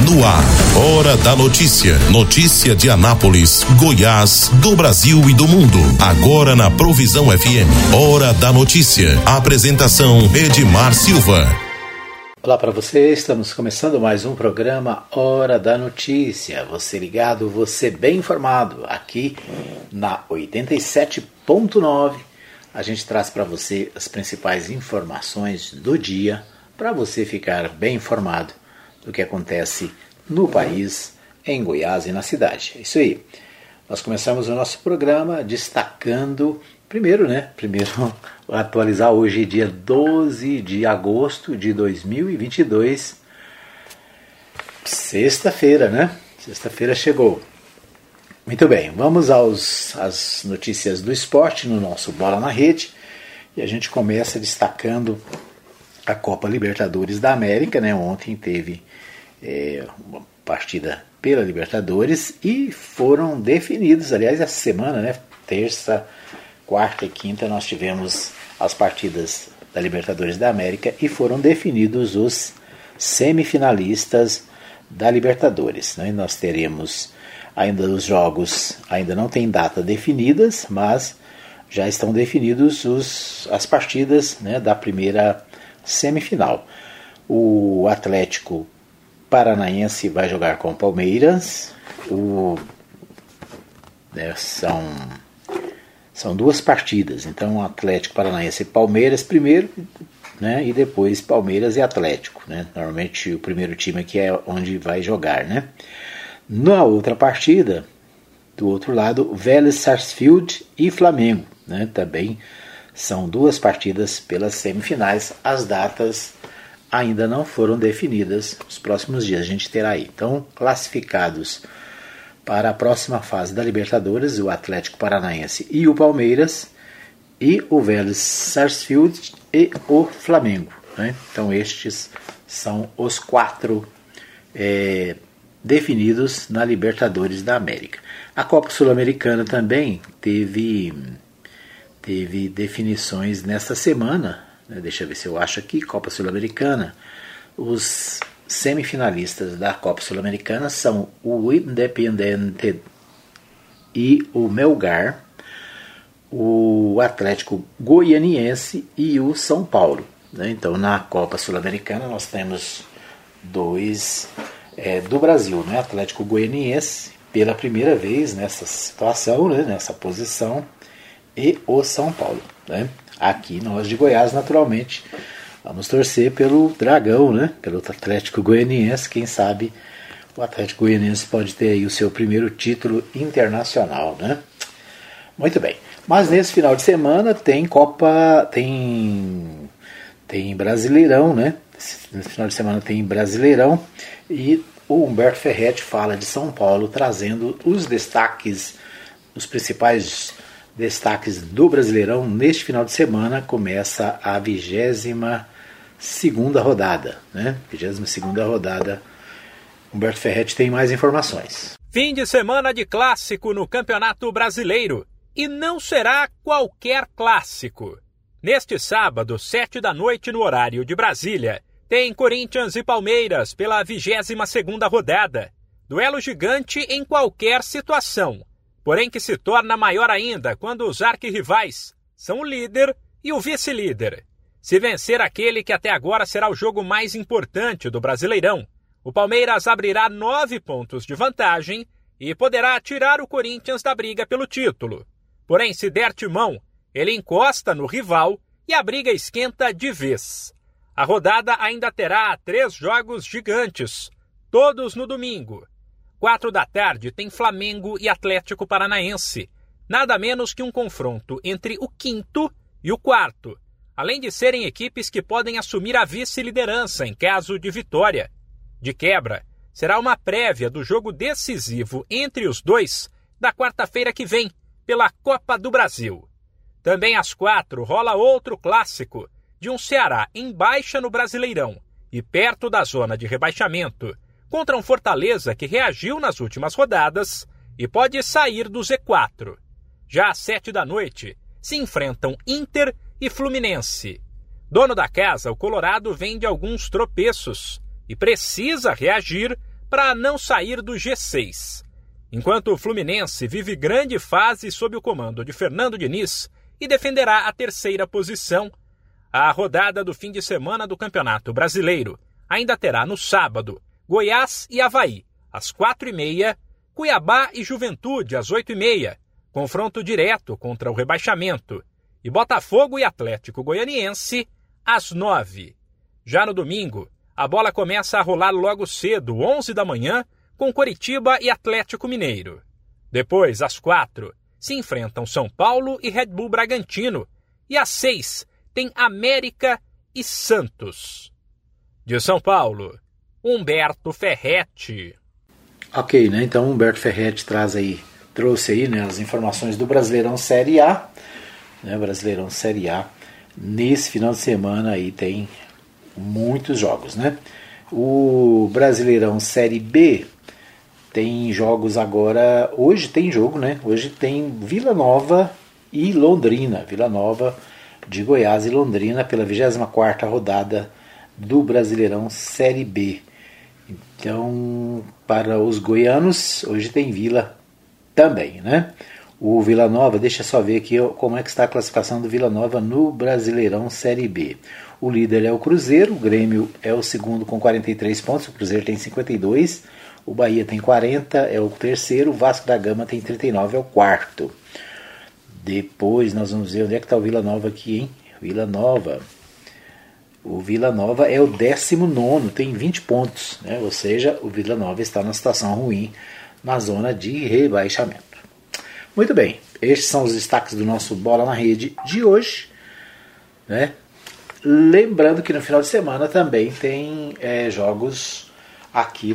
No ar, Hora da Notícia. Notícia de Anápolis, Goiás, do Brasil e do mundo. Agora na Provisão FM. Hora da Notícia. Apresentação Edmar Silva. Olá para você, estamos começando mais um programa Hora da Notícia. Você ligado, você bem informado. Aqui na 87.9, a gente traz para você as principais informações do dia, para você ficar bem informado do que acontece no país, em Goiás e na cidade. É isso aí. Nós começamos o nosso programa destacando, primeiro atualizar hoje, dia 12 de agosto de 2022, sexta-feira, né? Sexta-feira chegou. Muito bem, vamos às notícias do esporte no nosso Bola na Rede, e a gente começa destacando a Copa Libertadores da América, né? Ontem teve uma partida pela Libertadores e foram definidos, aliás, essa semana, né? Terça, quarta e quinta nós tivemos as partidas da Libertadores da América e foram definidos os semifinalistas da Libertadores, né? Nós teremos ainda os jogos, ainda não tem data definidas, mas já estão definidos as partidas, né, da primeira semifinal. O Atlético Paranaense vai jogar com o Palmeiras. São duas partidas, então Atlético Paranaense e Palmeiras primeiro, né, e depois Palmeiras e Atlético, né? Normalmente o primeiro time aqui é onde vai jogar, né? Na outra partida, do outro lado, Vélez Sarsfield e Flamengo, né? Também são duas partidas pelas semifinais. As datas ainda não foram definidas. Nos próximos dias a gente terá aí. Então, classificados para a próxima fase da Libertadores, o Atlético Paranaense e o Palmeiras, e o Vélez Sarsfield e o Flamengo, né? Então estes são os quatro definidos na Libertadores da América. A Copa Sul-Americana também teve definições nesta semana, né? Deixa eu ver se eu acho aqui. Copa Sul-Americana, os semifinalistas da Copa Sul-Americana são o Independiente e o Melgar, o Atlético Goianiense e o São Paulo, né? Então na Copa Sul-Americana nós temos dois do Brasil, né? Atlético Goianiense pela primeira vez nessa situação, né? Nessa posição, e o São Paulo, né? Aqui nós de Goiás, naturalmente, vamos torcer pelo Dragão, né? Pelo Atlético Goianiense. Quem sabe o Atlético Goianiense pode ter aí o seu primeiro título internacional, né? Muito bem. Mas nesse final de semana tem Copa, tem Brasileirão, né? Nesse final de semana tem Brasileirão, e o Humberto Ferretti fala de São Paulo, trazendo os destaques, os principais destaques do Brasileirão. Neste final de semana começa a 22ª rodada, né? 22ª rodada. Humberto Ferretti tem mais informações. Fim de semana de clássico no Campeonato Brasileiro. E não será qualquer clássico. Neste sábado, 19h, no horário de Brasília, tem Corinthians e Palmeiras pela 22ª rodada. Duelo gigante em qualquer situação, porém que se torna maior ainda quando os arquirrivais são o líder e o vice-líder. Se vencer aquele que até agora será o jogo mais importante do Brasileirão, o Palmeiras abrirá 9 pontos de vantagem e poderá tirar o Corinthians da briga pelo título. Porém, se der timão, ele encosta no rival e a briga esquenta de vez. A rodada ainda terá 3 jogos gigantes, todos no domingo. 4 da tarde tem Flamengo e Atlético Paranaense, nada menos que um confronto entre o quinto e o quarto, além de serem equipes que podem assumir a vice-liderança em caso de vitória. De quebra, será uma prévia do jogo decisivo entre os dois da quarta-feira que vem, pela Copa do Brasil. Também às 4 rola outro clássico, de um Ceará em baixa no Brasileirão e perto da zona de rebaixamento, contra um Fortaleza que reagiu nas últimas rodadas e pode sair do Z4. Já às 7 da noite, se enfrentam Inter e Fluminense. Dono da casa, o Colorado vem de alguns tropeços e precisa reagir para não sair do G6. Enquanto o Fluminense vive grande fase sob o comando de Fernando Diniz e defenderá a terceira posição, a rodada do fim de semana do Campeonato Brasileiro ainda terá no sábado Goiás e Avaí, às 4h30, Cuiabá e Juventude, às 8h30, confronto direto contra o rebaixamento, e Botafogo e Atlético Goianiense, às 9h. Já no domingo, a bola começa a rolar logo cedo, 11 da manhã, com Coritiba e Atlético Mineiro. Depois, às 4h, se enfrentam São Paulo e Red Bull Bragantino, e às 6h tem América e Santos. De São Paulo, Humberto Ferretti. Ok, né? Então Humberto Ferretti trouxe aí, né, as informações do Brasileirão Série A. Né, Brasileirão Série A. Nesse final de semana aí tem muitos jogos, né? O Brasileirão Série B tem jogos agora. Hoje tem jogo, né? Hoje tem Vila Nova e Londrina. Vila Nova de Goiás e Londrina pela 24ª rodada do Brasileirão Série B. Então, para os goianos, hoje tem Vila também, né? O Vila Nova, deixa eu só ver aqui como é que está a classificação do Vila Nova no Brasileirão Série B. O líder é o Cruzeiro, o Grêmio é o segundo com 43 pontos, o Cruzeiro tem 52, o Bahia tem 40, é o terceiro, o Vasco da Gama tem 39, é o quarto. Depois nós vamos ver onde é que está o Vila Nova aqui, hein? Vila Nova. O Vila Nova é o 19º, tem 20 pontos, né? Ou seja, o Vila Nova está numa situação ruim na zona de rebaixamento. Muito bem, estes são os destaques do nosso Bola na Rede de hoje, né? Lembrando que no final de semana também tem jogos aqui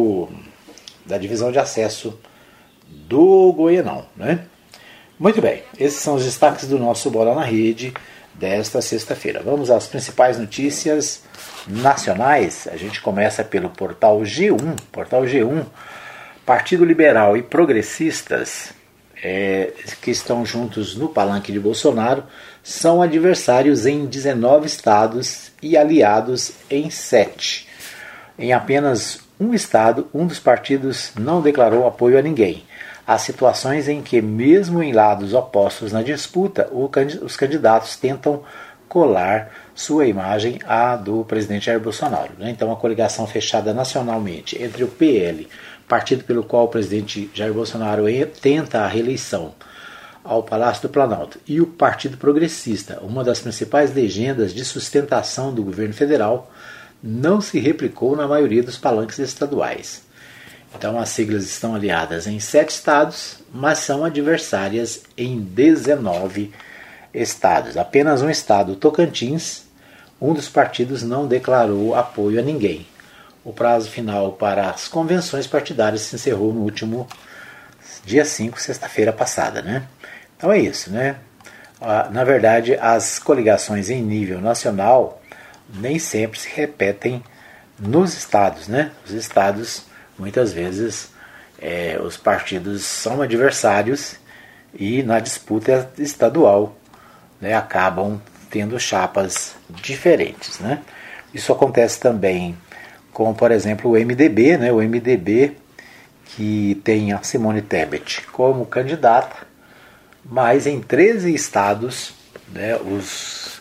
da divisão de acesso do Goianão, né? Muito bem, esses são os destaques do nosso Bola na Rede desta sexta-feira. Vamos às principais notícias nacionais. A gente começa pelo Portal G1. Portal G1, Partido Liberal e Progressistas, que estão juntos no palanque de Bolsonaro, são adversários em 19 estados e aliados em 7. Em apenas um estado, um dos partidos não declarou apoio a ninguém. Há situações em que, mesmo em lados opostos na disputa, os candidatos tentam colar sua imagem à do presidente Jair Bolsonaro. Então, a coligação fechada nacionalmente entre o PL, partido pelo qual o presidente Jair Bolsonaro tenta a reeleição ao Palácio do Planalto, e o Partido Progressista, uma das principais legendas de sustentação do governo federal, não se replicou na maioria dos palanques estaduais. Então as siglas estão aliadas em 7 estados, mas são adversárias em 19 estados. Apenas um estado, Tocantins, um dos partidos não declarou apoio a ninguém. O prazo final para as convenções partidárias se encerrou no último dia 5, sexta-feira passada, né? Então é isso, né? Na verdade, as coligações em nível nacional nem sempre se repetem nos estados, né? Os estados, muitas vezes, os partidos são adversários e na disputa estadual, né, acabam tendo chapas diferentes, né? Isso acontece também com, por exemplo, o MDB, né? O MDB que tem a Simone Tebet como candidata, mas em 13 estados, né, os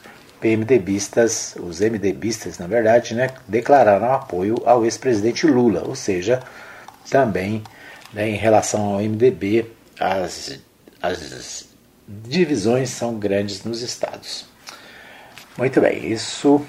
MDBistas, na verdade, né, declararam apoio ao ex-presidente Lula, ou seja, também, né, em relação ao MDB, as divisões são grandes nos estados. Muito bem, isso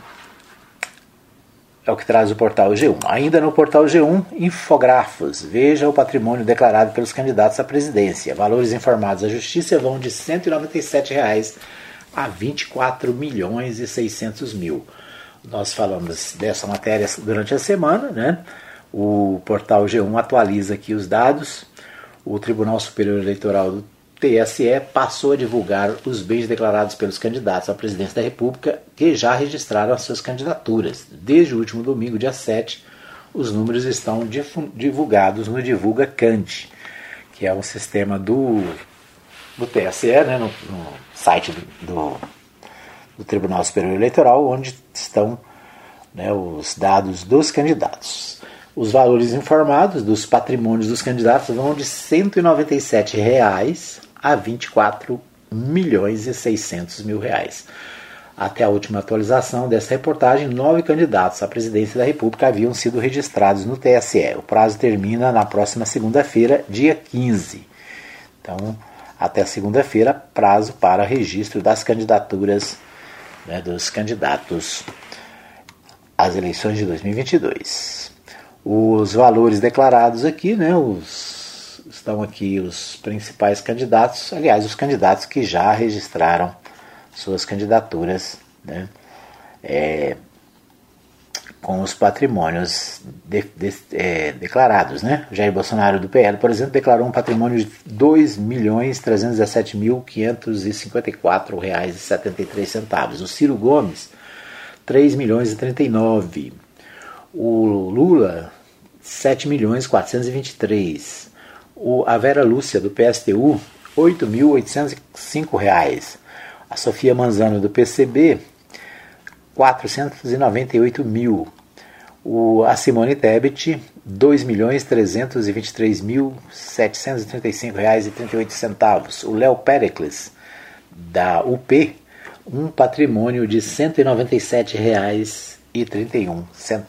é o que traz o Portal G1. Ainda no Portal G1, infográficos. Veja o patrimônio declarado pelos candidatos à presidência. Valores informados à Justiça vão de R$ 197 a 24 milhões e 600 mil. Nós falamos dessa matéria durante a semana, né? O Portal G1 atualiza aqui os dados. O Tribunal Superior Eleitoral do TSE passou a divulgar os bens declarados pelos candidatos à presidência da República que já registraram as suas candidaturas. Desde o último domingo, dia 7, os números estão divulgados no Divulga Cante, que é um sistema do TSE, né, no site do Tribunal Superior Eleitoral, onde estão, né, os dados dos candidatos. Os valores informados dos patrimônios dos candidatos vão de R$ 197 a 24.600.000. Até a última atualização dessa reportagem, 9 candidatos à presidência da República haviam sido registrados no TSE. O prazo termina na próxima segunda-feira, dia 15. Então, até segunda-feira, prazo para registro das candidaturas, né, dos candidatos às eleições de 2022. Os valores declarados aqui, né, estão aqui os principais candidatos, aliás, os candidatos que já registraram suas candidaturas, né, com os patrimônios declarados, né? Jair Bolsonaro do PL, por exemplo, declarou um patrimônio de R$ 2.317.554,73. O Ciro Gomes, R$ 3.039.000. O Lula, R$ 7.423.000. A Vera Lúcia, do PSTU, R$ 8.805. A Sofia Manzano, do PCB, R$ 498.000. A Simone Tebet, R$ 2.323.735,38. O Léo Pericles, da UP, um patrimônio de R$ 197,31.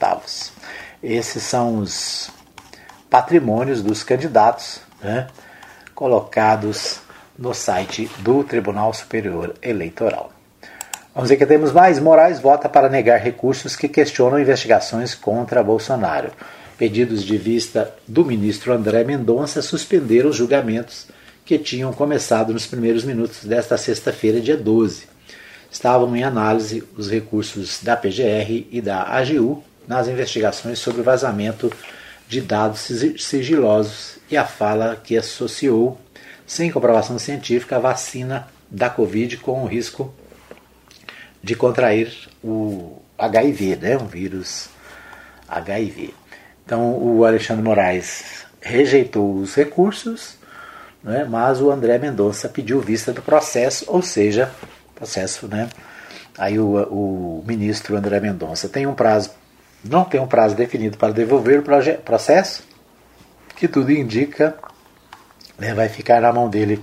Esses são os patrimônios dos candidatos, né, colocados no site do Tribunal Superior Eleitoral. Vamos ver que temos mais. Moraes vota para negar recursos que questionam investigações contra Bolsonaro. Pedidos de vista do ministro André Mendonça suspenderam os julgamentos que tinham começado nos primeiros minutos desta sexta-feira, dia 12. Estavam em análise os recursos da PGR e da AGU nas investigações sobre o vazamento de dados sigilosos e a fala que associou, sem comprovação científica, a vacina da Covid com o risco de contrair o HIV, né, um vírus HIV. Então, o Alexandre Moraes rejeitou os recursos, né, mas o André Mendonça pediu vista do processo, ou seja, processo, né? Aí o ministro André Mendonça não tem um prazo definido para devolver o processo, que tudo indica, né, vai ficar na mão dele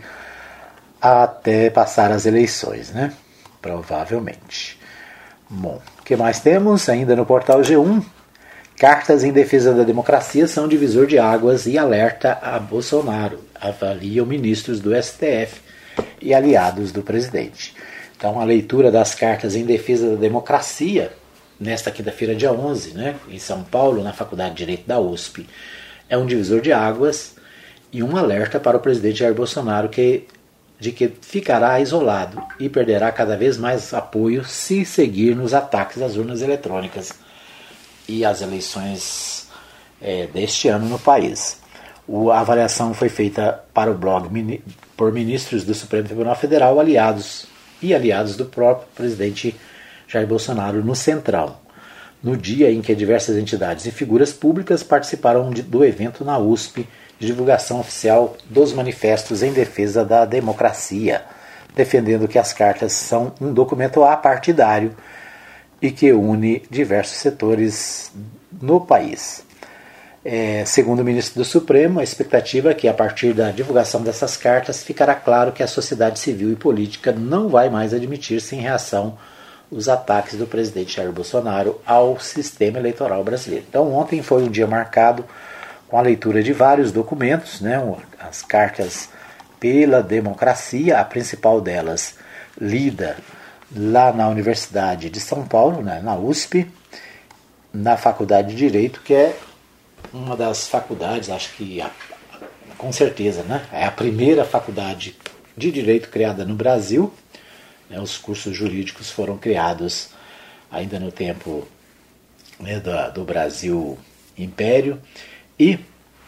até passar as eleições, né? Provavelmente. Bom, o que mais temos? Ainda no portal G1, cartas em defesa da democracia são divisor de águas e alerta a Bolsonaro, avaliam ministros do STF e aliados do presidente. Então, a leitura das cartas em defesa da democracia, nesta quinta-feira, dia 11, né, em São Paulo, na Faculdade de Direito da USP, é um divisor de águas e um alerta para o presidente Jair Bolsonaro de que ficará isolado e perderá cada vez mais apoio se seguir nos ataques às urnas eletrônicas e às eleições deste ano no país. A avaliação foi feita para o blog por ministros do Supremo Tribunal Federal, aliados do próprio presidente Jair Bolsonaro no Centrão, no dia em que diversas entidades e figuras públicas participaram do evento na USP de divulgação oficial dos manifestos em defesa da democracia, defendendo que as cartas são um documento apartidário e que une diversos setores no país. Segundo o ministro do Supremo, a expectativa é que, a partir da divulgação dessas cartas, ficará claro que a sociedade civil e política não vai mais admitir sem reação os ataques do presidente Jair Bolsonaro ao sistema eleitoral brasileiro. Então, ontem foi um dia marcado com a leitura de vários documentos, né, as cartas pela democracia, a principal delas lida lá na Universidade de São Paulo, né, na USP, na Faculdade de Direito, que é uma das faculdades, acho que com certeza, né, é a primeira faculdade de Direito criada no Brasil. Né, os cursos jurídicos foram criados ainda no tempo, né, do Brasil Império. E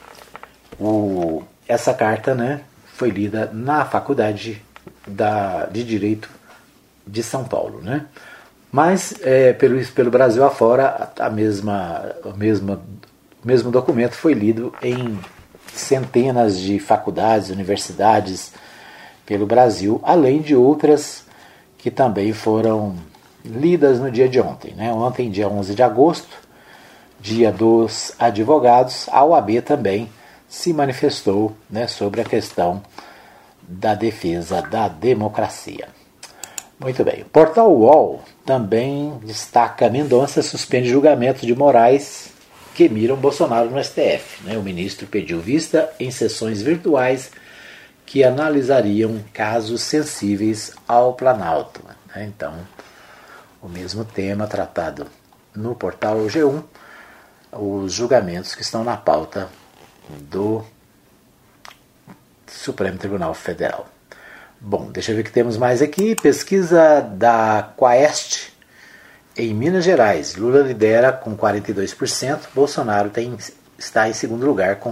essa carta, né, foi lida na Faculdade de Direito de São Paulo. Né? Mas pelo Brasil afora, o mesmo documento foi lido em centenas de faculdades, universidades pelo Brasil, além de outras que também foram lidas no dia de ontem. Né? Ontem, dia 11 de agosto, Dia dos Advogados, a OAB também se manifestou, né, sobre a questão da defesa da democracia. Muito bem. O portal UOL também destaca: Mendonça suspende julgamentos de Moraes que miram Bolsonaro no STF. Né? O ministro pediu vista em sessões virtuais que analisariam casos sensíveis ao Planalto. Né? Então, o mesmo tema tratado no portal G1, os julgamentos que estão na pauta do Supremo Tribunal Federal. Bom, deixa eu ver o que temos mais aqui. Pesquisa da Quaest em Minas Gerais. Lula lidera com 42%, Bolsonaro está em segundo lugar com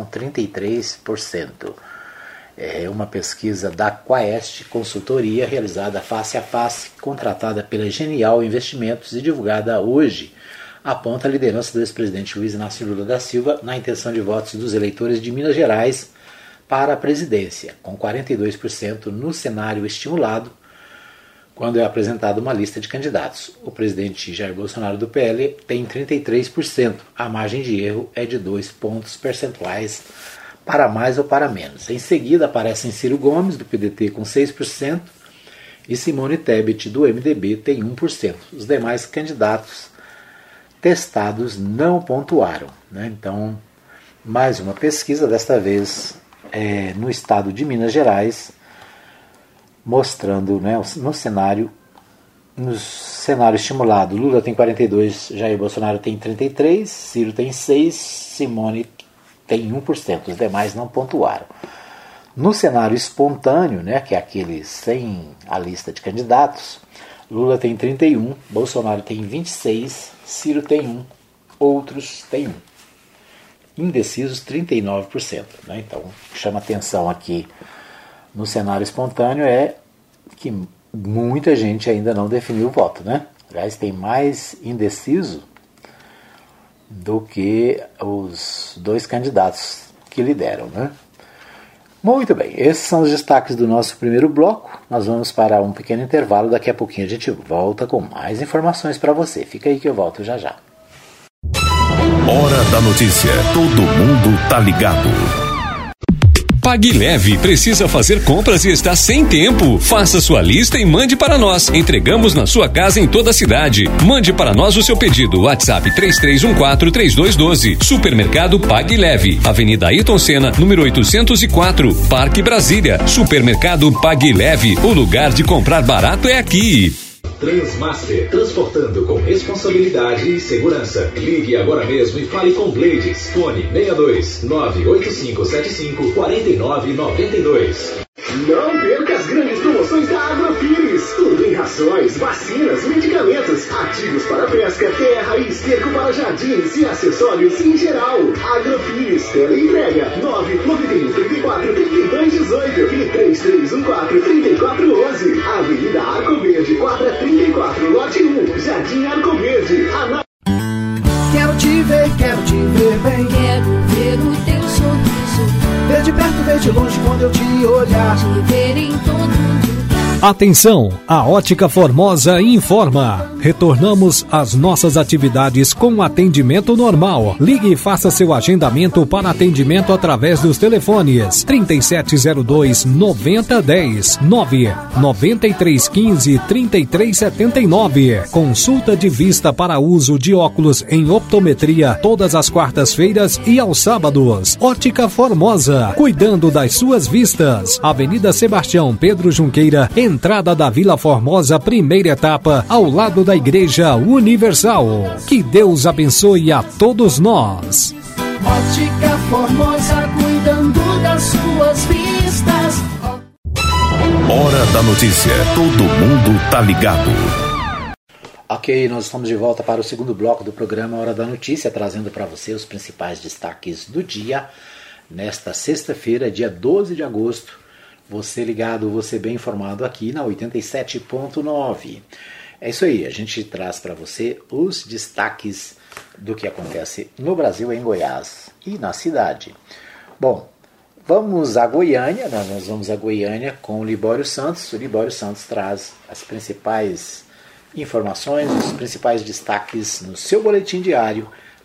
33%. É uma pesquisa da Quaest Consultoria, realizada face a face, contratada pela Genial Investimentos e divulgada hoje, aponta a liderança do ex-presidente Luiz Inácio Lula da Silva na intenção de votos dos eleitores de Minas Gerais para a presidência, com 42% no cenário estimulado, quando é apresentada uma lista de candidatos. O presidente Jair Bolsonaro do PL tem 33%. A margem de erro é de 2 pontos percentuais para mais ou para menos. Em seguida aparecem Ciro Gomes, do PDT, com 6%, e Simone Tebet, do MDB, tem 1%. Os demais candidatos testados não pontuaram. Né? Então, mais uma pesquisa, desta vez no estado de Minas Gerais, mostrando, né, no cenário estimulado, Lula tem 42%, Jair Bolsonaro tem 33%, Ciro tem 6%, Simone tem 1%, os demais não pontuaram. No cenário espontâneo, né, que é aquele sem a lista de candidatos, Lula tem 31%, Bolsonaro tem 26%, Ciro tem 1%, outros têm 1%. Indecisos 39%. Né? Então, o que chama atenção aqui no cenário espontâneo é que muita gente ainda não definiu o voto. Né? Aliás, tem mais indeciso do que os dois candidatos que lideram. Né? Muito bem, esses são os destaques do nosso primeiro bloco. Nós vamos para um pequeno intervalo, daqui a pouquinho a gente volta com mais informações para você. Fica aí que eu volto já já. Hora da notícia. Todo mundo tá ligado. Pague Leve. Precisa fazer compras e está sem tempo? Faça sua lista e mande para nós. Entregamos na sua casa em toda a cidade. Mande para nós o seu pedido. WhatsApp 3314-3212. Supermercado Pague Leve. Avenida Ayrton Senna, número 804. Parque Brasília. Supermercado Pague Leve. O lugar de comprar barato é aqui. Transmaster, transportando com responsabilidade e segurança. Ligue agora mesmo e fale com Blades. Fone 62-98575-4992. Não perca as grandes promoções da Agrofires. Tudo em rações, vacinas, medicamentos, ativos para pesca, terra e esterco para jardins e acessórios em geral. Agrofires, teleentrega 99134-3218 e 3314-3411. Avenida Arco Verde, quadra 34, lote 1, Jardim Arco Verde. Quero te ver bem. Quero ver o teu sorriso. Ver de perto, ver de longe quando eu te olhar. Te ver em todo lugar. Atenção, a Ótica Formosa informa. Retornamos às nossas atividades com atendimento normal. Ligue e faça seu agendamento para atendimento através dos telefones 3702-9010, 99315-3379. Consulta de vista para uso de óculos em optometria todas as quartas-feiras e aos sábados. Ótica Formosa, cuidando das suas vistas. Avenida Sebastião Pedro Junqueira, entrada da Vila Formosa, primeira etapa, ao lado da Igreja Universal. Que Deus abençoe a todos nós. Ótica Formosa, cuidando das suas vistas. Hora da notícia. Todo mundo tá ligado. Ok, nós estamos de volta para o segundo bloco do programa Hora da Notícia, trazendo para você os principais destaques do dia, nesta sexta-feira, dia 12 de agosto. Você ligado, você bem informado aqui na 87.9. É isso aí, a gente traz para você os destaques do que acontece no Brasil, em Goiás e na cidade. Bom, vamos a Goiânia, nós vamos a Goiânia com o Libório Santos. O Libório Santos traz as principais informações, os principais destaques no seu boletim diário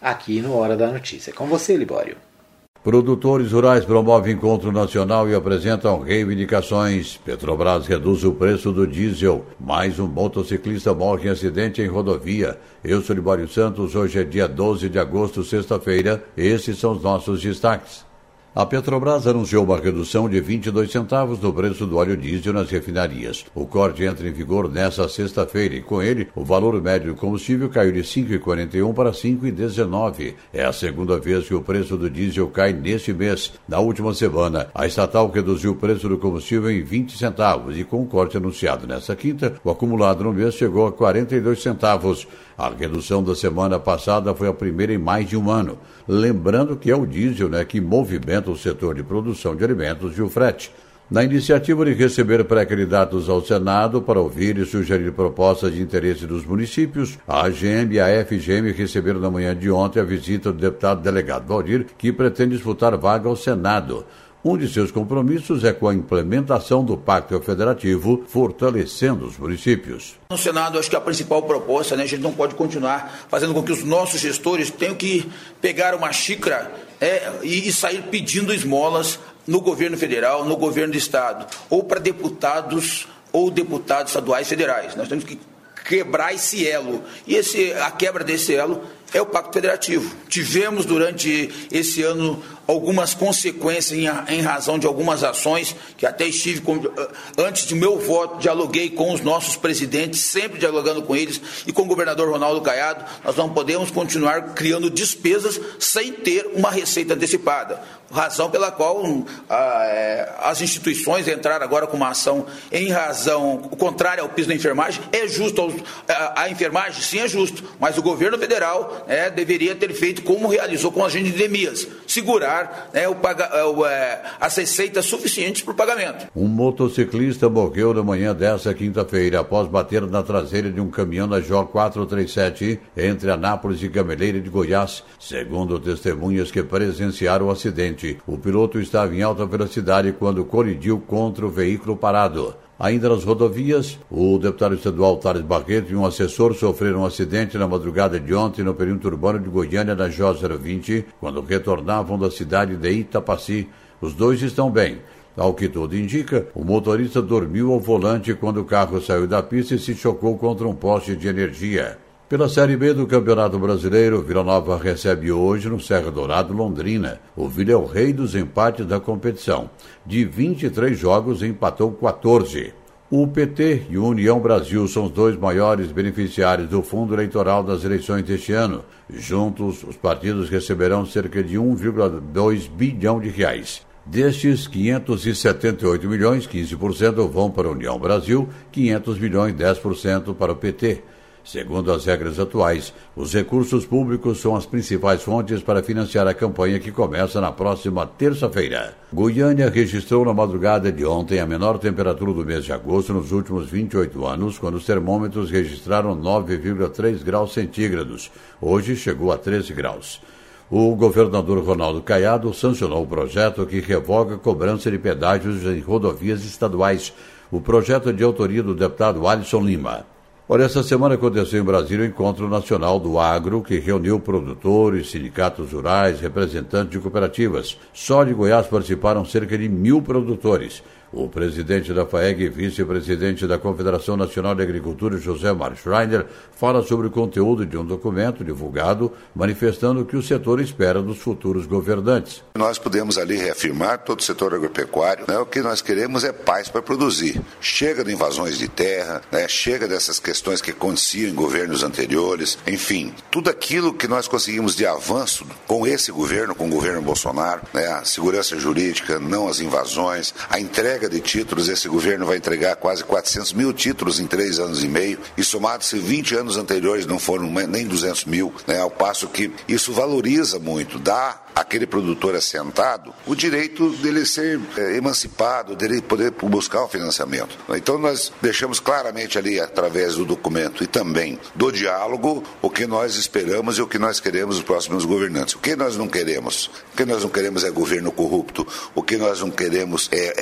aqui no Hora da Notícia. Com você, Libório. Produtores rurais promovem encontro nacional e apresentam reivindicações. Petrobras reduz o preço do diesel. Mais um motociclista morre em acidente em rodovia. Eu sou Libório Santos. Hoje é dia 12 de agosto, sexta-feira. Esses são os nossos destaques. A Petrobras anunciou uma redução de 22 centavos no preço do óleo diesel nas refinarias. O corte entra em vigor nesta sexta-feira e, com ele, o valor médio do combustível caiu de 5,41 para 5,19. É a segunda vez que o preço do diesel cai neste mês. Na última semana, a estatal reduziu o preço do combustível em 20 centavos e, com o corte anunciado nesta quinta, o acumulado no mês chegou a 42 centavos. A redução da semana passada foi a primeira em mais de um ano. Lembrando que é o diesel, que movimenta o setor de produção de alimentos e o frete. Na iniciativa de receber pré-candidatos ao Senado para ouvir e sugerir propostas de interesse dos municípios, a AGM e a FGM receberam na manhã de ontem a visita do deputado delegado Valdir, que pretende disputar vaga ao Senado. Um de seus compromissos é com a implementação do Pacto Federativo, fortalecendo os municípios. No Senado, acho que a principal proposta, a gente não pode continuar fazendo com que os nossos gestores tenham que pegar uma xícara e sair pedindo esmolas no governo federal, no governo do estado, ou para deputados ou deputados estaduais federais. Nós temos que quebrar esse elo. E a quebra desse elo é o Pacto Federativo. Tivemos durante esse ano algumas consequências em razão de algumas ações que até estive, antes de meu voto, dialoguei com os nossos presidentes, sempre dialogando com eles e com o governador Ronaldo Caiado. Nós não podemos continuar criando despesas sem ter uma receita antecipada. Razão pela qual as instituições entraram agora com uma ação em razão contrária ao piso da enfermagem. É justo a enfermagem? Sim, é justo, mas o governo federal deveria ter feito como realizou com a agente de Neemias, segurar as receitas suficientes para o pagamento. Um motociclista morreu na manhã desta quinta-feira após bater na traseira de um caminhão da JO 437 entre Anápolis e Gameleira de Goiás, segundo testemunhas que presenciaram o acidente. O piloto estava em alta velocidade quando colidiu contra o veículo parado. Ainda nas rodovias, o deputado estadual Thales Barreto e um assessor sofreram um acidente na madrugada de ontem no perímetro urbano de Goiânia, na JO 020, quando retornavam da cidade de Itapaci. Os dois estão bem. Ao que tudo indica, o motorista dormiu ao volante quando o carro saiu da pista e se chocou contra um poste de energia. Pela Série B do Campeonato Brasileiro, Vila Nova recebe hoje no Serra Dourado Londrina. O Vila é o rei dos empates da competição. De 23 jogos, empatou 14. O PT e o União Brasil são os dois maiores beneficiários do fundo eleitoral das eleições deste ano. Juntos, os partidos receberão cerca de 1,2 bilhão de reais. Destes, 578 milhões, 15% vão para a União Brasil, 500 milhões, 10% para o PT. Segundo as regras atuais, os recursos públicos são as principais fontes para financiar a campanha que começa na próxima terça-feira. Goiânia registrou na madrugada de ontem a menor temperatura do mês de agosto nos últimos 28 anos, quando os termômetros registraram 9,3 graus centígrados. Hoje chegou a 13 graus. O governador Ronaldo Caiado sancionou o projeto que revoga a cobrança de pedágios em rodovias estaduais. O projeto é de autoria do deputado Alisson Lima. Olha, essa semana aconteceu em Brasília o Encontro Nacional do Agro, que reuniu produtores, sindicatos rurais, representantes de cooperativas. Só de Goiás participaram cerca de 1.000 produtores. O presidente da FAEG e vice-presidente da Confederação Nacional de Agricultura, José Mário Schreiner, fala sobre o conteúdo de um documento divulgado, manifestando o que o setor espera dos futuros governantes. Nós podemos ali reafirmar todo o setor agropecuário, o que nós queremos é paz para produzir. Chega de invasões de terra, chega dessas questões que aconteciam em governos anteriores, enfim, tudo aquilo que nós conseguimos de avanço com esse governo, com o governo Bolsonaro, a segurança jurídica, não as invasões, a entrega de títulos. Esse governo vai entregar quase 400 mil títulos em 3 anos e meio, e somados-se 20 anos anteriores não foram nem 200 mil, ao passo que isso valoriza muito, dá àquele produtor assentado o direito dele ser emancipado, dele poder buscar o financiamento. Então nós deixamos claramente ali, através do documento e também do diálogo, o que nós esperamos e o que nós queremos dos próximos governantes. O que nós não queremos? O que nós não queremos é governo corrupto, o que nós não queremos é governo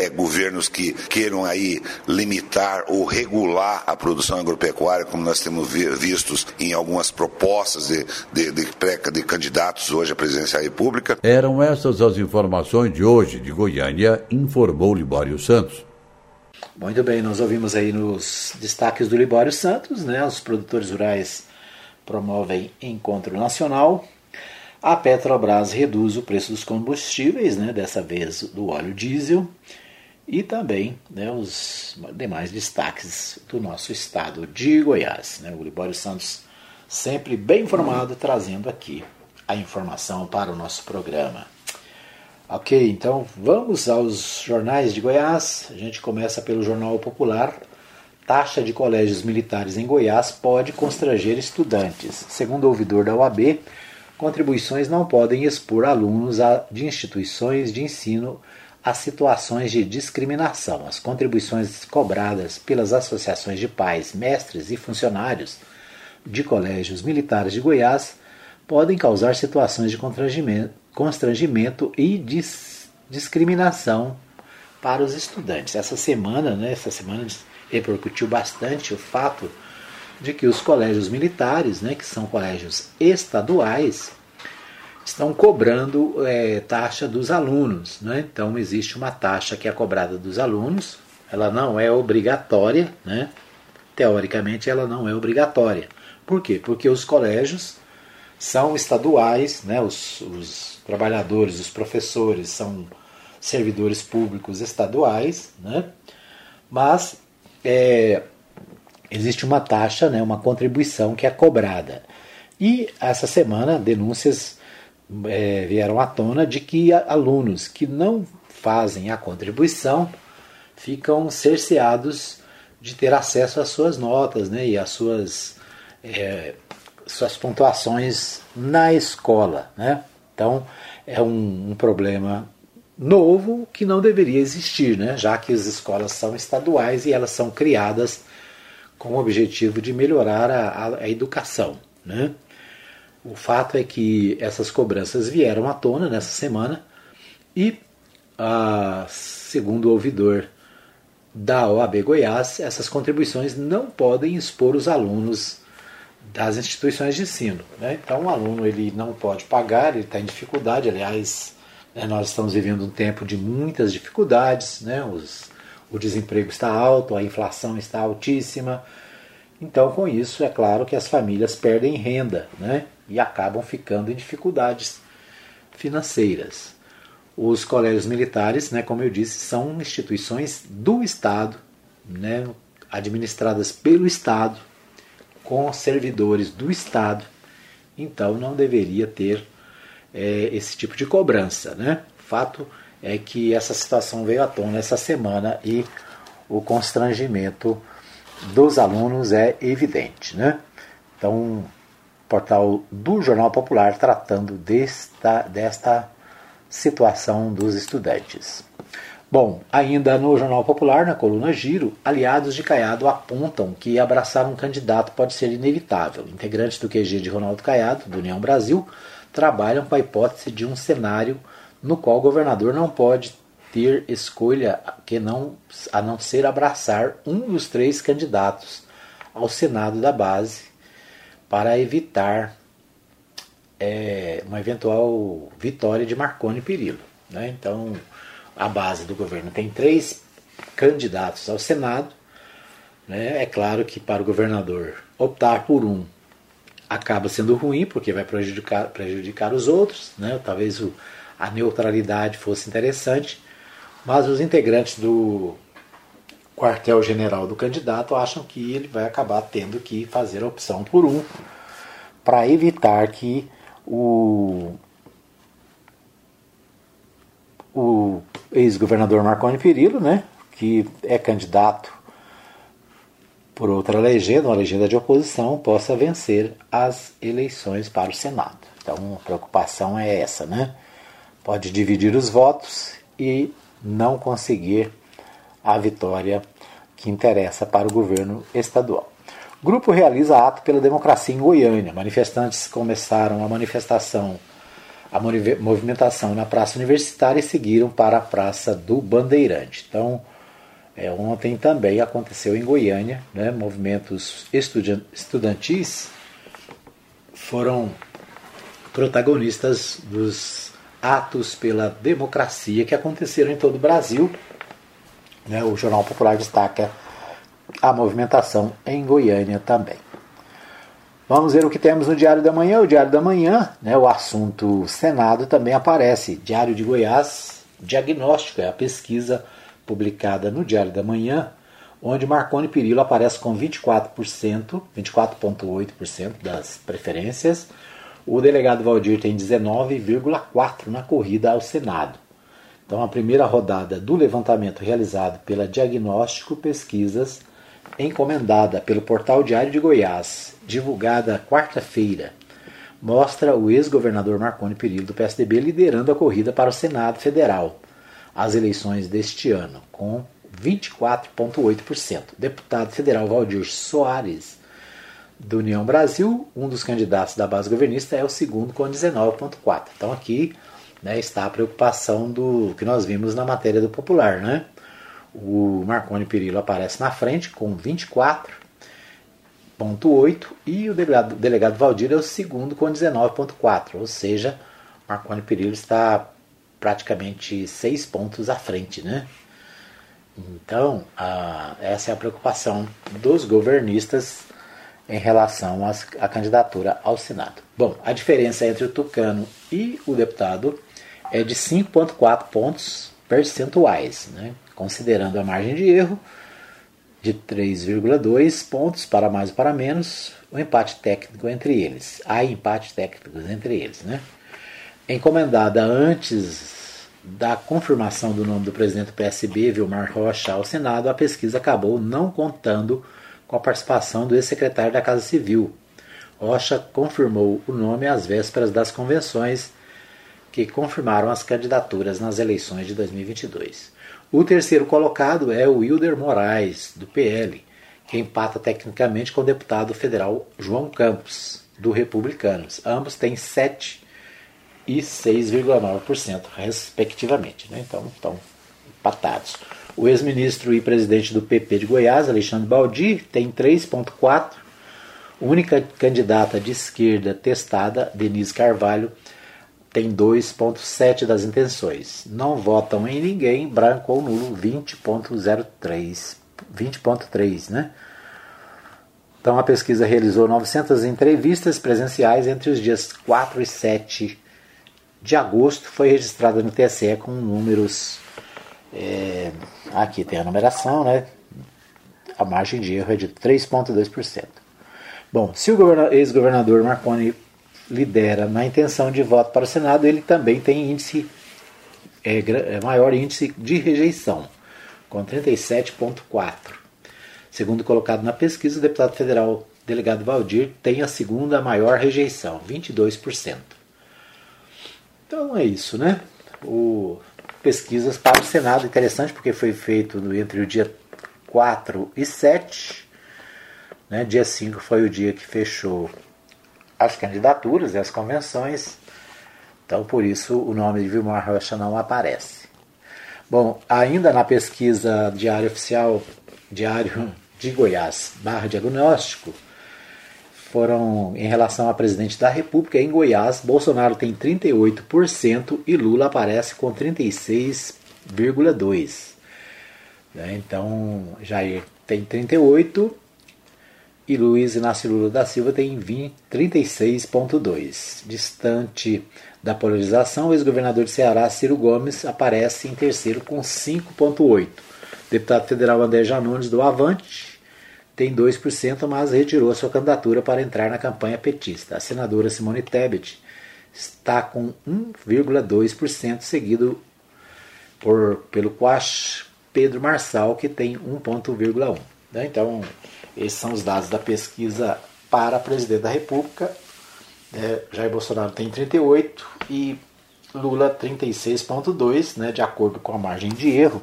governos que queiram aí limitar ou regular a produção agropecuária, como nós temos vistos em algumas propostas de candidatos hoje à presidência da República. Eram essas as informações de hoje de Goiânia, informou Libório Santos. Muito bem, nós ouvimos aí nos destaques do Libório Santos, né? Os produtores rurais promovem encontro nacional. A Petrobras reduz o preço dos combustíveis, né? Dessa vez do óleo diesel. E também, né, os demais destaques do nosso estado de Goiás, né? O Libório Santos sempre bem informado, trazendo aqui a informação para o nosso programa. Ok, então vamos aos jornais de Goiás. A gente começa pelo Jornal Popular. Taxa de colégios militares em Goiás pode constranger estudantes. Segundo o ouvidor da OAB, contribuições não podem expor alunos de instituições de ensino a situações de discriminação. As contribuições cobradas pelas associações de pais, mestres e funcionários de colégios militares de Goiás podem causar situações de constrangimento e discriminação para os estudantes. Essa semana repercutiu bastante o fato de que os colégios militares, né, que são colégios estaduais, estão cobrando taxa dos alunos, né? Então existe uma taxa que é cobrada dos alunos, ela não é obrigatória, né? Teoricamente ela não é obrigatória. Por quê? Porque os colégios são estaduais, né? Os trabalhadores, os professores são servidores públicos estaduais, né? Mas existe uma taxa, né? Uma contribuição que é cobrada. E essa semana denúncias vieram à tona de que alunos que não fazem a contribuição ficam cerceados de ter acesso às suas notas, né, e às suas pontuações na escola, né? Então é um problema novo que não deveria existir, né, já que as escolas são estaduais e elas são criadas com o objetivo de melhorar a educação, né? O fato é que essas cobranças vieram à tona nessa semana e, segundo o ouvidor da OAB Goiás, essas contribuições não podem expor os alunos das instituições de ensino, né? Então o aluno ele não pode pagar, ele está em dificuldade, aliás, né, nós estamos vivendo um tempo de muitas dificuldades, né? O desemprego está alto, a inflação está altíssima, então com isso é claro que as famílias perdem renda, né? E acabam ficando em dificuldades financeiras. Os colégios militares, né, como eu disse, são instituições do Estado, né, administradas pelo Estado, com servidores do Estado, então não deveria ter esse tipo de cobrança, né? O fato é que essa situação veio à tona essa semana e o constrangimento dos alunos é evidente, né? Então, portal do Jornal Popular tratando desta situação dos estudantes. Bom, ainda no Jornal Popular, na coluna Giro, aliados de Caiado apontam que abraçar um candidato pode ser inevitável. Integrantes do QG de Ronaldo Caiado, do União Brasil, trabalham com a hipótese de um cenário no qual o governador não pode ter escolha a não ser abraçar um dos 3 candidatos ao Senado da base, para evitar uma eventual vitória de Marconi Perillo, né? Então, a base do governo tem 3 candidatos ao Senado, né? É claro que para o governador optar por um acaba sendo ruim, porque vai prejudicar os outros, né? Talvez a neutralidade fosse interessante, mas os integrantes do quartel-general do candidato acham que ele vai acabar tendo que fazer a opção por um para evitar que o ex-governador Marconi Perillo, né, que é candidato por outra legenda, uma legenda de oposição, possa vencer as eleições para o Senado. Então a preocupação é essa, né? Pode dividir os votos e não conseguir a vitória que interessa para o governo estadual. O grupo realiza ato pela democracia em Goiânia. Manifestantes começaram a movimentação na Praça Universitária e seguiram para a Praça do Bandeirante. Então, Ontem também aconteceu em Goiânia, né? Movimentos estudantis foram protagonistas dos atos pela democracia que aconteceram em todo o Brasil. Né? O Jornal Popular destaca a movimentação em Goiânia também. Vamos ver o que temos no Diário da Manhã. O Diário da Manhã, né, o assunto Senado também aparece. Diário de Goiás, diagnóstico, é a pesquisa publicada no Diário da Manhã, onde Marconi Perillo aparece com 24,8% das preferências. O delegado Valdir tem 19,4% na corrida ao Senado. Então, a primeira rodada do levantamento realizado pela Diagnóstico Pesquisas, encomendada pelo Portal Diário de Goiás, divulgada quarta-feira, mostra o ex-governador Marconi Perillo do PSDB liderando a corrida para o Senado Federal, as eleições deste ano, com 24,8%. Deputado federal Valdir Soares, do União Brasil, um dos candidatos da base governista, é o segundo com 19,4%. Então aqui, né, está a preocupação do que nós vimos na matéria do Popular, né? O Marconi Perillo aparece na frente com 24,8% e o delegado Valdir é o segundo com 19,4%. Ou seja, Marconi Perillo está praticamente 6 pontos à frente, né? Então, essa é a preocupação dos governistas em relação à candidatura ao Senado. Bom, a diferença entre o tucano e o deputado é de 5,4 pontos percentuais, né? Considerando a margem de erro de 3,2 pontos para mais ou para menos, o empate técnico entre eles. Há empate técnico entre eles, né? Encomendada antes da confirmação do nome do presidente do PSB, Vilmar Rocha, ao Senado, a pesquisa acabou não contando com a participação do ex-secretário da Casa Civil. Rocha confirmou o nome às vésperas das convenções que confirmaram as candidaturas nas eleições de 2022. O terceiro colocado é o Wilder Moraes, do PL, que empata tecnicamente com o deputado federal João Campos, do Republicanos. Ambos têm 7% e 6,9%, respectivamente. Né? Então, estão empatados. O ex-ministro e presidente do PP de Goiás, Alexandre Baldi, tem 3,4%. Única candidata de esquerda testada, Denise Carvalho, tem 2,7% das intenções. Não votam em ninguém, branco ou nulo, 20,3%, né? Então a pesquisa realizou 900 entrevistas presenciais entre os dias 4 e 7 de agosto. Foi registrada no TSE com números... aqui tem a numeração, né? A margem de erro é de 3,2%. Bom, se o ex-governador Marconi lidera na intenção de voto para o Senado, ele também tem maior índice de rejeição, com 37,4%. Segundo colocado na pesquisa, o deputado federal delegado Valdir tem a segunda maior rejeição, 22%. Então é isso, né? Pesquisas para o Senado, interessante porque foi feito entre o dia 4 e 7, né? Dia 5 foi o dia que fechou as candidaturas e as convenções, então por isso o nome de Vilmar Rocha não aparece. Bom, ainda na pesquisa Diário Oficial, Diário de Goiás /diagnóstico, foram em relação a presidente da República. Em Goiás, Bolsonaro tem 38% e Lula aparece com 36,2%. Então, Jair tem 38% e Luiz Inácio Lula da Silva tem 36,2%. Distante da polarização, o ex-governador de Ceará, Ciro Gomes, aparece em terceiro com 5,8%. Deputado federal André Janones, do Avante, tem 2%, mas retirou sua candidatura para entrar na campanha petista. A senadora Simone Tebet está com 1,2%, seguido pelo Quash Pedro Marçal, que tem 1,1%. Então, esses são os dados da pesquisa para presidente da República. Jair Bolsonaro tem 38% e Lula 36,2%, né, de acordo com a margem de erro.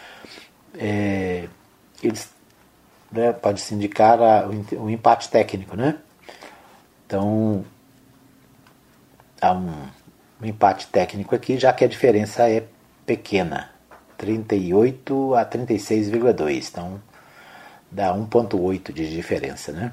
Eles pode-se indicar o empate técnico, né? Então, há um empate técnico aqui, já que a diferença é pequena. 38 a 36,2. Então dá 1,8 de diferença, né?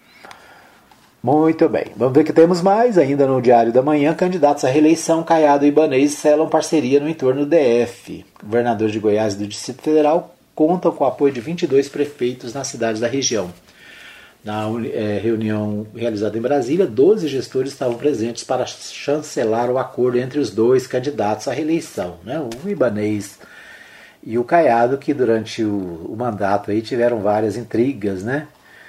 Muito bem, vamos ver que temos mais ainda no Diário da Manhã. Candidatos à reeleição, Caiado e Ibanez selam parceria no entorno do DF. Governadores de Goiás e do Distrito Federal contam com o apoio de 22 prefeitos nas cidades da região. Na reunião realizada em Brasília, 12 gestores estavam presentes para chancelar o acordo entre os dois candidatos à reeleição, né? O Ibanez e o Caiado, que durante o mandato aí tiveram várias intrigas, né?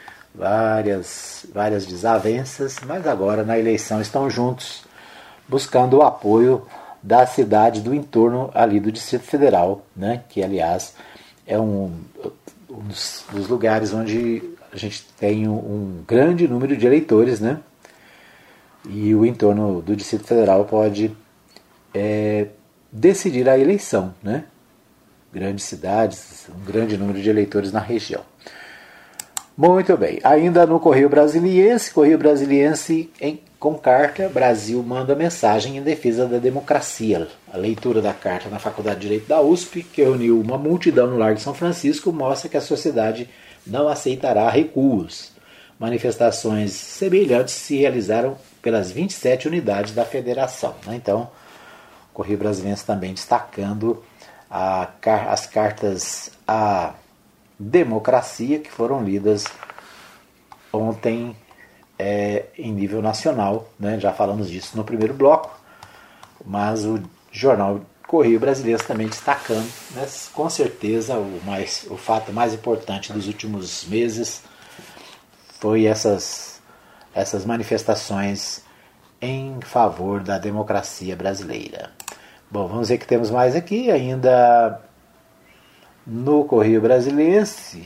Várias desavenças, mas agora na eleição estão juntos, buscando o apoio da cidade do entorno ali do Distrito Federal, né? Que aliás é um dos lugares onde a gente tem um grande número de eleitores, né? E o entorno do Distrito Federal pode decidir a eleição, né? Grandes cidades, um grande número de eleitores na região. Muito bem, ainda no Correio Brasiliense, com carta, Brasil manda mensagem em defesa da democracia. A leitura da carta na Faculdade de Direito da USP, que reuniu uma multidão no Largo de São Francisco, mostra que a sociedade não aceitará recuos. Manifestações semelhantes se realizaram pelas 27 unidades da federação, né? Então, o Correio Brasiliense também destacando as cartas à democracia que foram lidas ontem em nível nacional, né? Já falamos disso no primeiro bloco, mas o jornal Correio Brasiliense também destacando, né? Com certeza o fato mais importante dos últimos meses foi essas manifestações em favor da democracia brasileira. Bom, vamos ver que temos mais aqui ainda no Correio Brasiliense.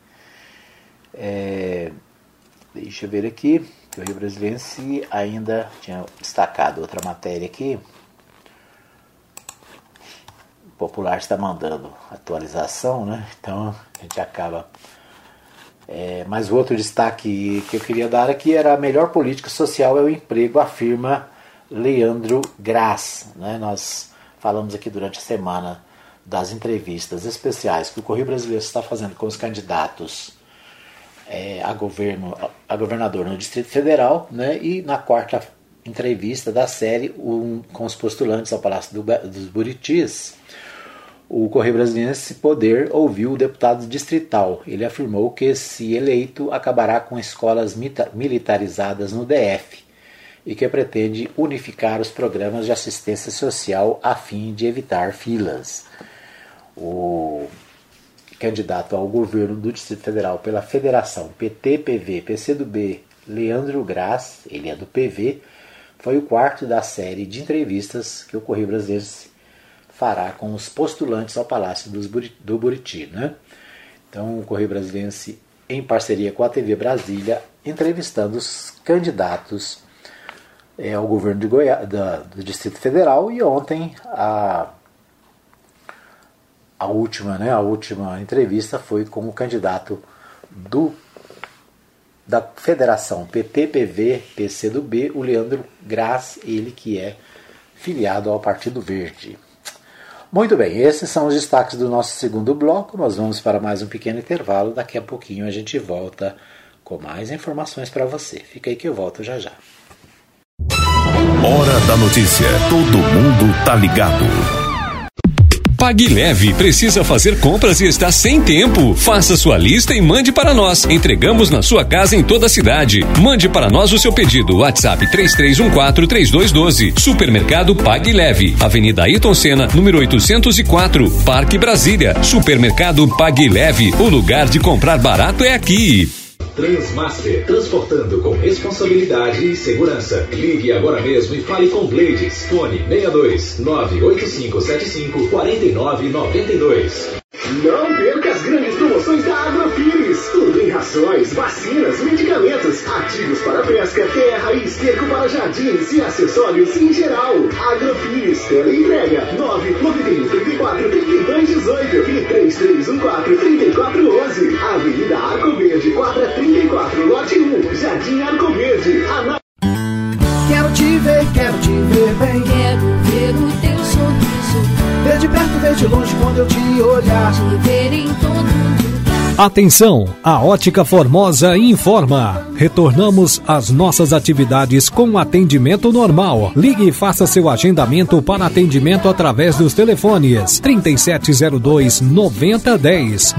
Deixa eu ver aqui. O Correio Brasiliense ainda tinha destacado outra matéria aqui. O Popular está mandando atualização, né? Então a gente acaba. Mas o outro destaque que eu queria dar aqui era: a melhor política social é o emprego, afirma Leandro Graz, né? Nós falamos aqui durante a semana das entrevistas especiais que o Correio Brasiliense está fazendo com os candidatos a governador no Distrito Federal, né? E na quarta entrevista da série com os postulantes ao Palácio dos Buritis, o Correio Brasiliense Poder ouviu o deputado distrital. Ele afirmou que, se eleito, acabará com escolas militarizadas no DF e que pretende unificar os programas de assistência social a fim de evitar filas. O candidato ao governo do Distrito Federal pela Federação PT, PV, PCdoB, Leandro Graz, ele é do PV, foi o quarto da série de entrevistas que o Correio Brasiliense fará com os postulantes ao Palácio do Buriti, né? Então, o Correio Brasiliense, em parceria com a TV Brasília, entrevistando os candidatos ao governo de Goiás, do Distrito Federal. E ontem a última entrevista foi com o candidato da Federação PT, PV, PCdoB, o Leandro Graz, ele que é filiado ao Partido Verde. Muito bem, esses são os destaques do nosso segundo bloco. Nós vamos para mais um pequeno intervalo. Daqui a pouquinho a gente volta com mais informações para você. Fica aí que eu volto já já. Hora da notícia. Todo mundo tá ligado. Pague Leve, precisa fazer compras e está sem tempo? Faça sua lista e mande para nós. Entregamos na sua casa em toda a cidade. Mande para nós o seu pedido. WhatsApp 3314-3212. Supermercado Pague Leve. Avenida Ayrton Senna, número 804, Parque Brasília. Supermercado Pague Leve. O lugar de comprar barato é aqui. Transmaster, transportando com responsabilidade e segurança. Ligue agora mesmo e fale com Blades. Fone 62 98575 4992. Não perca as grandes promoções da Agrofires. Tudo em rações, vacinas, medicamentos, ativos para pesca, terra e esterco para jardins e acessórios em geral. Agrofires, teleentrega 991 34 32 18 e 3314 3411. Avenida Arco Verde, quadra 34, lote 1, Jardim Arco Verde. Quero te ver bem. Quero ver o teu sorriso. Ver de perto, ver de longe quando eu te olhar. Te ver em todo lugar. Atenção, a Ótica Formosa informa. Retornamos às nossas atividades com atendimento normal. Ligue e faça seu agendamento para atendimento através dos telefones 3702-9010,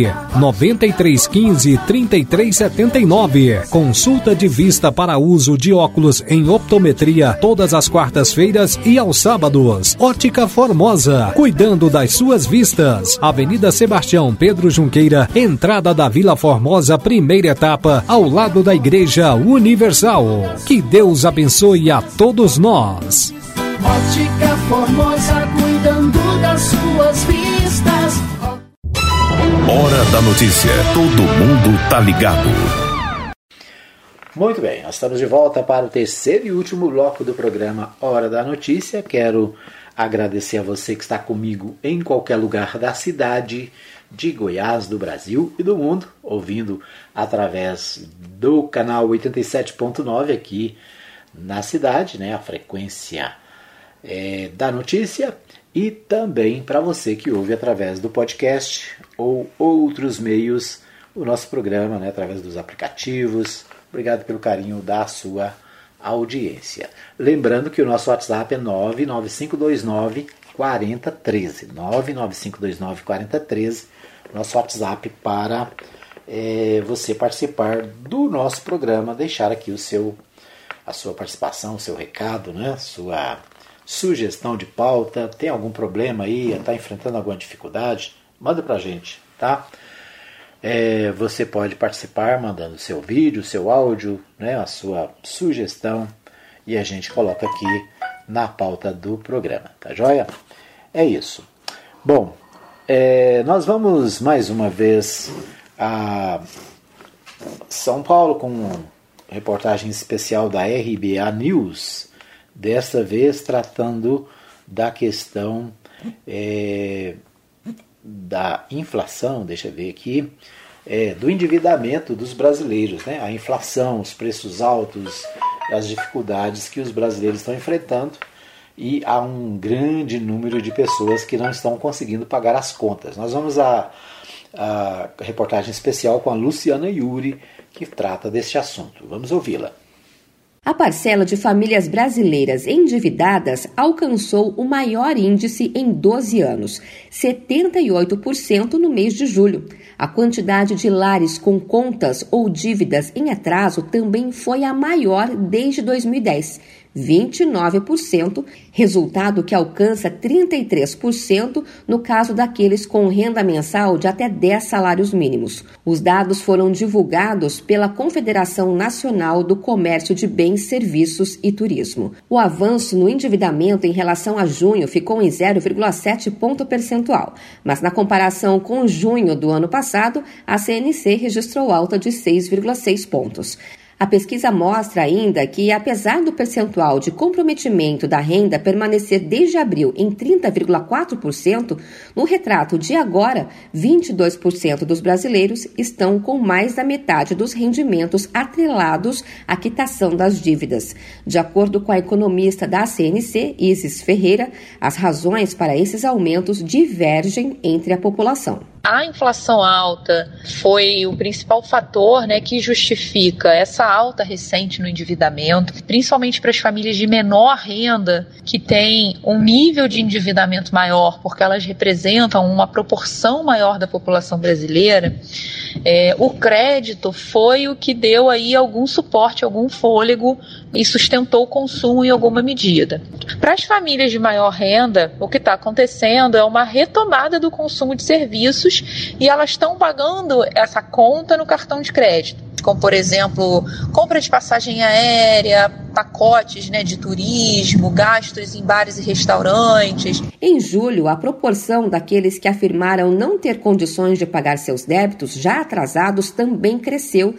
99315-3379. Consulta de vista para uso de óculos em optometria todas as quartas-feiras e aos sábados. Ótica Formosa, cuidando das suas vistas. Avenida Sebastião Pedro Junqueira, entrada da Vila Formosa, primeira etapa, ao lado da Igreja Universal. Que Deus abençoe a todos nós. Ótica Formosa, cuidando das suas vistas. Hora da notícia. Todo mundo tá ligado. Muito bem, nós estamos de volta para o terceiro e último bloco do programa Hora da Notícia. Quero agradecer a você que está comigo em qualquer lugar da cidade de Goiás, do Brasil e do mundo, ouvindo através do canal 87.9 aqui na cidade, né, a frequência da notícia, e também para você que ouve através do podcast ou outros meios o nosso programa, né, através dos aplicativos. Obrigado pelo carinho da sua audiência. Lembrando que o nosso WhatsApp é 99529 4013. 99529 4013. Nosso WhatsApp para você participar do nosso programa, deixar aqui a sua participação, o seu recado, né? Sua sugestão de pauta. Tem algum problema aí? Está enfrentando alguma dificuldade? Manda para a gente, tá? Você pode participar mandando seu vídeo, seu áudio, né, a sua sugestão, e a gente coloca aqui na pauta do programa, tá joia? É isso. Bom, nós vamos mais uma vez a São Paulo com reportagem especial da RBA News, desta vez tratando da questão da inflação, deixa eu ver aqui, do endividamento dos brasileiros, né? A inflação, os preços altos, as dificuldades que os brasileiros estão enfrentando, e há um grande número de pessoas que não estão conseguindo pagar as contas. Nós vamos à reportagem especial com a Luciana Yuri, que trata deste assunto. Vamos ouvi-la. A parcela de famílias brasileiras endividadas alcançou o maior índice em 12 anos, 78% no mês de julho. A quantidade de lares com contas ou dívidas em atraso também foi a maior desde 2010, 29%, resultado que alcança 33% no caso daqueles com renda mensal de até 10 salários mínimos. Os dados foram divulgados pela Confederação Nacional do Comércio de Bens, Serviços e Turismo. O avanço no endividamento em relação a junho ficou em 0,7 ponto percentual, mas na comparação com junho do ano passado, a CNC registrou alta de 6,6 pontos. A pesquisa mostra ainda que, apesar do percentual de comprometimento da renda permanecer desde abril em 30,4%, no retrato de agora, 22% dos brasileiros estão com mais da metade dos rendimentos atrelados à quitação das dívidas. De acordo com a economista da CNC, Isis Ferreira, as razões para esses aumentos divergem entre a população. A inflação alta foi o principal fator, né, que justifica essa alta recente no endividamento, principalmente para as famílias de menor renda, que têm um nível de endividamento maior, porque elas representam uma proporção maior da população brasileira. O crédito foi o que deu aí algum suporte, algum fôlego e sustentou o consumo em alguma medida. Para as famílias de maior renda, o que está acontecendo é uma retomada do consumo de serviços e elas estão pagando essa conta no cartão de crédito, como, por exemplo, compra de passagem aérea, pacotes, né, de turismo, gastos em bares e restaurantes. Em julho, a proporção daqueles que afirmaram não ter condições de pagar seus débitos já atrasados também cresceu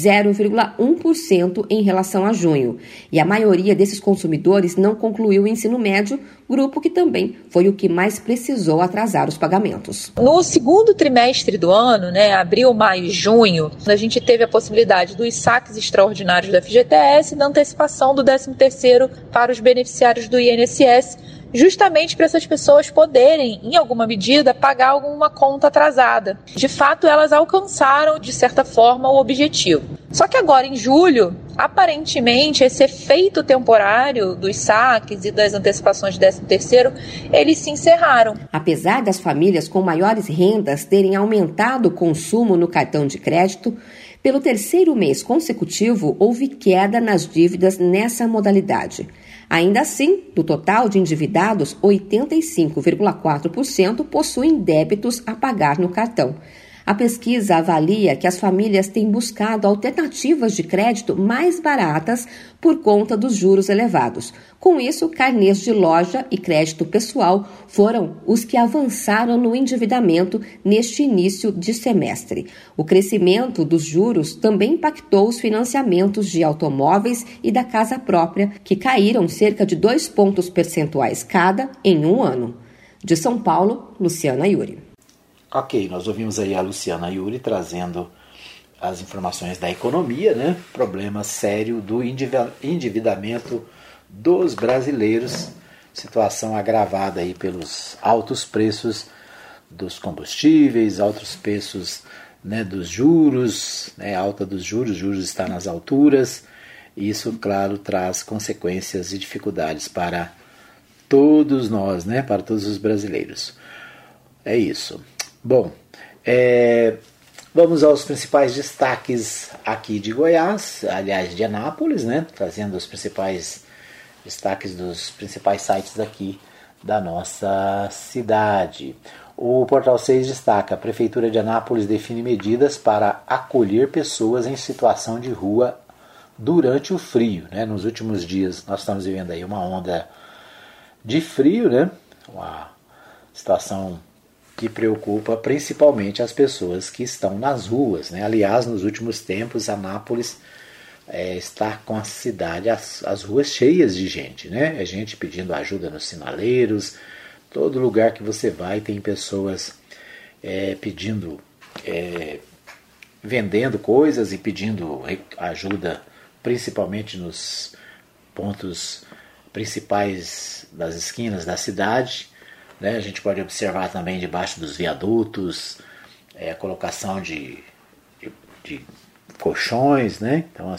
0,1% em relação a junho. E a maioria desses consumidores não concluiu o ensino médio, grupo que também foi o que mais precisou atrasar os pagamentos. No segundo trimestre do ano, né, abril, maio e junho, a gente teve a possibilidade dos saques extraordinários da FGTS e da antecipação do 13º para os beneficiários do INSS, justamente para essas pessoas poderem, em alguma medida, pagar alguma conta atrasada. De fato, elas alcançaram, de certa forma, o objetivo. Só que agora, em julho, aparentemente, esse efeito temporário dos saques e das antecipações de 13º, eles se encerraram. Apesar das famílias com maiores rendas terem aumentado o consumo no cartão de crédito, pelo terceiro mês consecutivo, houve queda nas dívidas nessa modalidade. Ainda assim, do total de endividados, 85,4% possuem débitos a pagar no cartão. A pesquisa avalia que as famílias têm buscado alternativas de crédito mais baratas por conta dos juros elevados. Com isso, carnês de loja e crédito pessoal foram os que avançaram no endividamento neste início de semestre. O crescimento dos juros também impactou os financiamentos de automóveis e da casa própria, que caíram cerca de 2 pontos percentuais cada em um ano. De São Paulo, Luciana Yuri. Ok, nós ouvimos aí a Luciana Yuri trazendo as informações da economia, né? Problema sério do endividamento dos brasileiros, situação agravada aí pelos altos preços dos combustíveis, altos preços, né, dos juros, né, alta dos juros, está nas alturas, e isso, claro, traz consequências e dificuldades para todos nós, né, para todos os brasileiros. É isso. Bom, vamos aos principais destaques aqui de Goiás, aliás de Anápolis, né? Trazendo os principais destaques dos principais sites aqui da nossa cidade. O Portal 6 destaca: a Prefeitura de Anápolis define medidas para acolher pessoas em situação de rua durante o frio, né? Nos últimos dias nós estamos vivendo aí uma onda de frio, né? Uma situação que preocupa principalmente as pessoas que estão nas ruas, né? Aliás, nos últimos tempos, Anápolis está com a cidade, as ruas cheias de gente, né? É gente pedindo ajuda nos sinaleiros, todo lugar que você vai tem pessoas pedindo, vendendo coisas e pedindo ajuda, principalmente nos pontos principais das esquinas da cidade. Né, a gente pode observar também debaixo dos viadutos a colocação de colchões, né? Então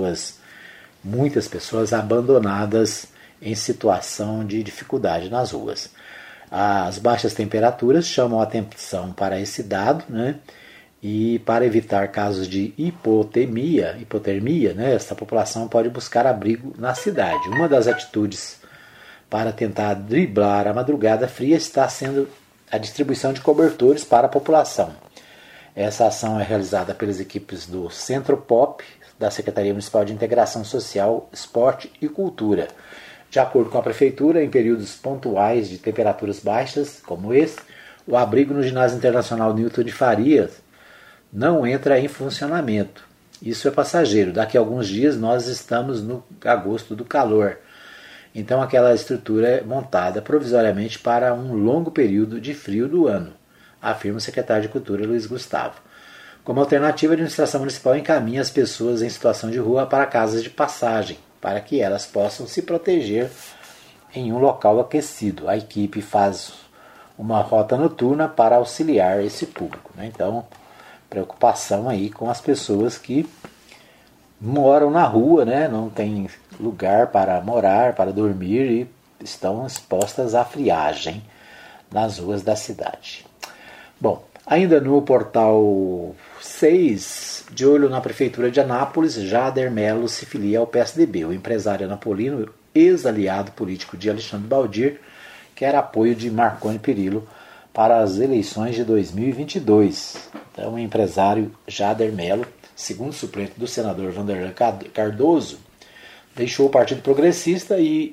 muitas pessoas abandonadas em situação de dificuldade nas ruas. As baixas temperaturas chamam a atenção para esse dado, né? E para evitar casos de hipotermia, né? Essa população pode buscar abrigo na cidade. Uma das atitudes para tentar driblar a madrugada fria está sendo a distribuição de cobertores para a população. Essa ação é realizada pelas equipes do Centro Pop, da Secretaria Municipal de Integração Social, Esporte e Cultura. De acordo com a Prefeitura, em períodos pontuais de temperaturas baixas, como esse, o abrigo no Ginásio Internacional Newton de Farias não entra em funcionamento. Isso é passageiro. Daqui a alguns dias nós estamos no agosto do calor. Então aquela estrutura é montada provisoriamente para um longo período de frio do ano, afirma o secretário de Cultura Luiz Gustavo. Como alternativa, a administração municipal encaminha as pessoas em situação de rua para casas de passagem, para que elas possam se proteger em um local aquecido. A equipe faz uma rota noturna para auxiliar esse público, né? Então, preocupação aí com as pessoas que moram na rua, né? Não tem lugar para morar, para dormir e estão expostas à friagem nas ruas da cidade. Bom, ainda no Portal 6, de olho na Prefeitura de Anápolis, Jader Melo se filia ao PSDB. O empresário anapolino, ex-aliado político de Alexandre Baldir, quer apoio de Marconi Perillo para as eleições de 2022. Então, o empresário Jader Melo, segundo suplente do senador Vanderlan Cardoso, deixou o Partido Progressista e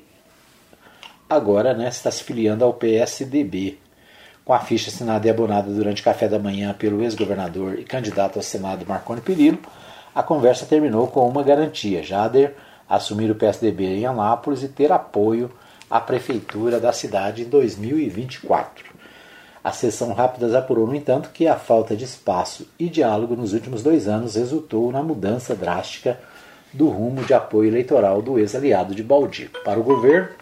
agora, né, está se filiando ao PSDB. Com a ficha assinada e abonada durante o café da manhã pelo ex-governador e candidato ao Senado Marconi Perillo, a conversa terminou com uma garantia: Jader assumir o PSDB em Anápolis e ter apoio à prefeitura da cidade em 2024. A sessão rápida apurou, no entanto, que a falta de espaço e diálogo nos últimos 2 anos resultou na mudança drástica do rumo de apoio eleitoral do ex-aliado de Baldir. Para o governo,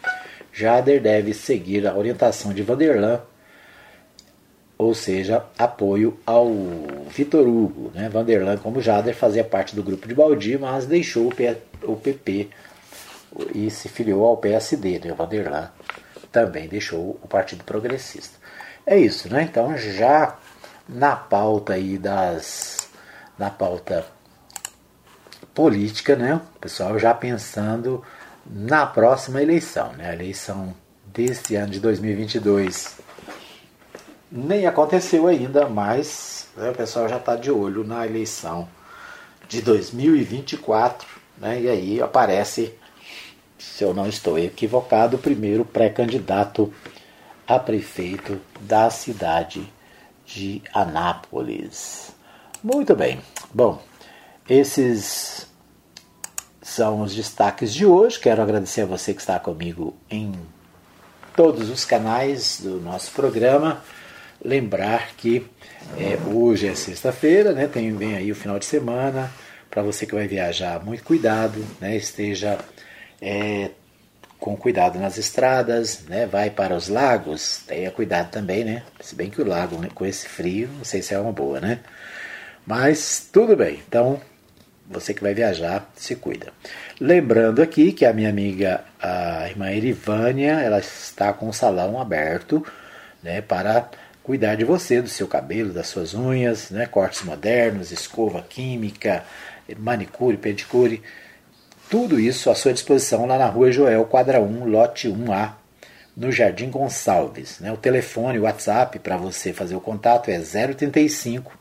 Jader deve seguir a orientação de Vanderlan, ou seja, apoio ao Vitor Hugo. Né? Vanderlan, como Jader, fazia parte do grupo de Baldi, mas deixou o PP e se filiou ao PSD. Né? O Vanderlan também deixou o Partido Progressista. É isso, né? Então, já na pauta aí na pauta política, né? O pessoal já pensando na próxima eleição, né? A eleição deste ano de 2022 nem aconteceu ainda, mas né, o pessoal já está de olho na eleição de 2024, né? E aí aparece, se eu não estou equivocado, o primeiro pré-candidato a prefeito da cidade de Anápolis. Muito bem. Bom, esses são os destaques de hoje. Quero agradecer a você que está comigo em todos os canais do nosso programa. Lembrar que hoje é sexta-feira, né? Vem aí o final de semana. Para você que vai viajar, muito cuidado, né? Esteja com cuidado nas estradas, né? Vai para os lagos, tenha cuidado também, né? Se bem que o lago, né, com esse frio, não sei se é uma boa, né? Mas tudo bem, então você que vai viajar, se cuida. Lembrando aqui que a minha amiga, a irmã Erivânia, ela está com o salão aberto, né, para cuidar de você, do seu cabelo, das suas unhas, né, cortes modernos, escova química, manicure, pedicure, tudo isso à sua disposição lá na Rua Joel, quadra 1, lote 1A, no Jardim Gonçalves. Né? O telefone, o WhatsApp para você fazer o contato é 035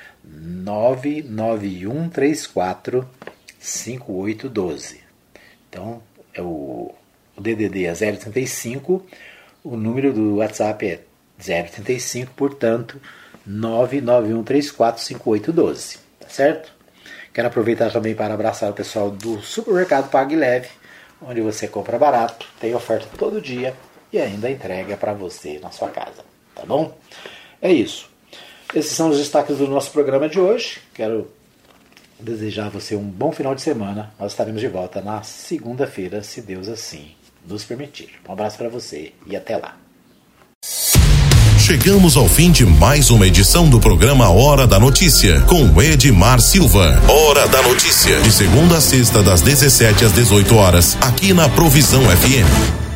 99134 5812. Então, o DDD é 035, o número do WhatsApp é 035, portanto, 99134 5812. Tá certo? Quero aproveitar também para abraçar o pessoal do supermercado Pague Leve, onde você compra barato, tem oferta todo dia e ainda entrega para você na sua casa. Tá bom? É isso. Esses são os destaques do nosso programa de hoje. Quero desejar a você um bom final de semana. Nós estaremos de volta na segunda-feira, se Deus assim nos permitir. Um abraço para você e até lá. Chegamos ao fim de mais uma edição do programa Hora da Notícia, com Edmar Silva. Hora da Notícia, de segunda a sexta, das 17 às 18 horas, aqui na Provisão FM.